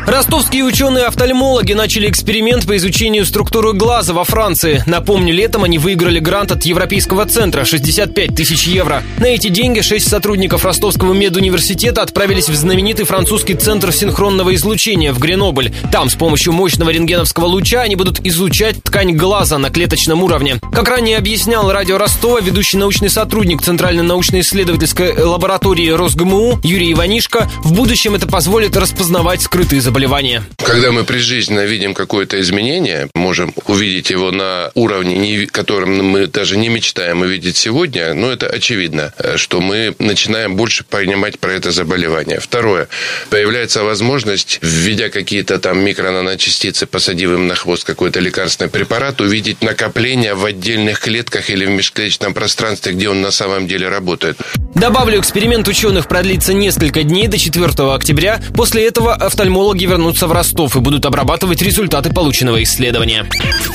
Ростовские ученые-офтальмологи начали эксперимент по изучению структуры глаза во Франции. Напомню, летом они выиграли грант от Европейского центра – 65 тысяч евро. На эти деньги 6 сотрудников Ростовского медуниверситета отправились в знаменитый французский центр синхронного излучения в Гренобль. Там с помощью мощного рентгеновского луча они будут изучать ткань глаза на клеточном уровне. Как ранее объяснял радио Ростова ведущий научный сотрудник Центральной научно-исследовательской лаборатории РосГМУ Юрий Иванишко, в будущем это позволит распознавать скрытые заболевания. Когда мы прижизненно видим какое-то изменение, можем увидеть его на уровне, которым мы даже не мечтаем увидеть сегодня, но это очевидно, что мы начинаем больше понимать про это заболевание. Второе. Появляется возможность, введя какие-то там микронаночастицы, посадив им на хвост какой-то лекарственный препарат, увидеть накопление в отдельных клетках или в межклеточном пространстве, где он на самом деле работает. Добавлю, эксперимент ученых продлится несколько дней до 4 октября. После этого офтальмологи вернутся в Ростов и будут обрабатывать результаты полученного исследования.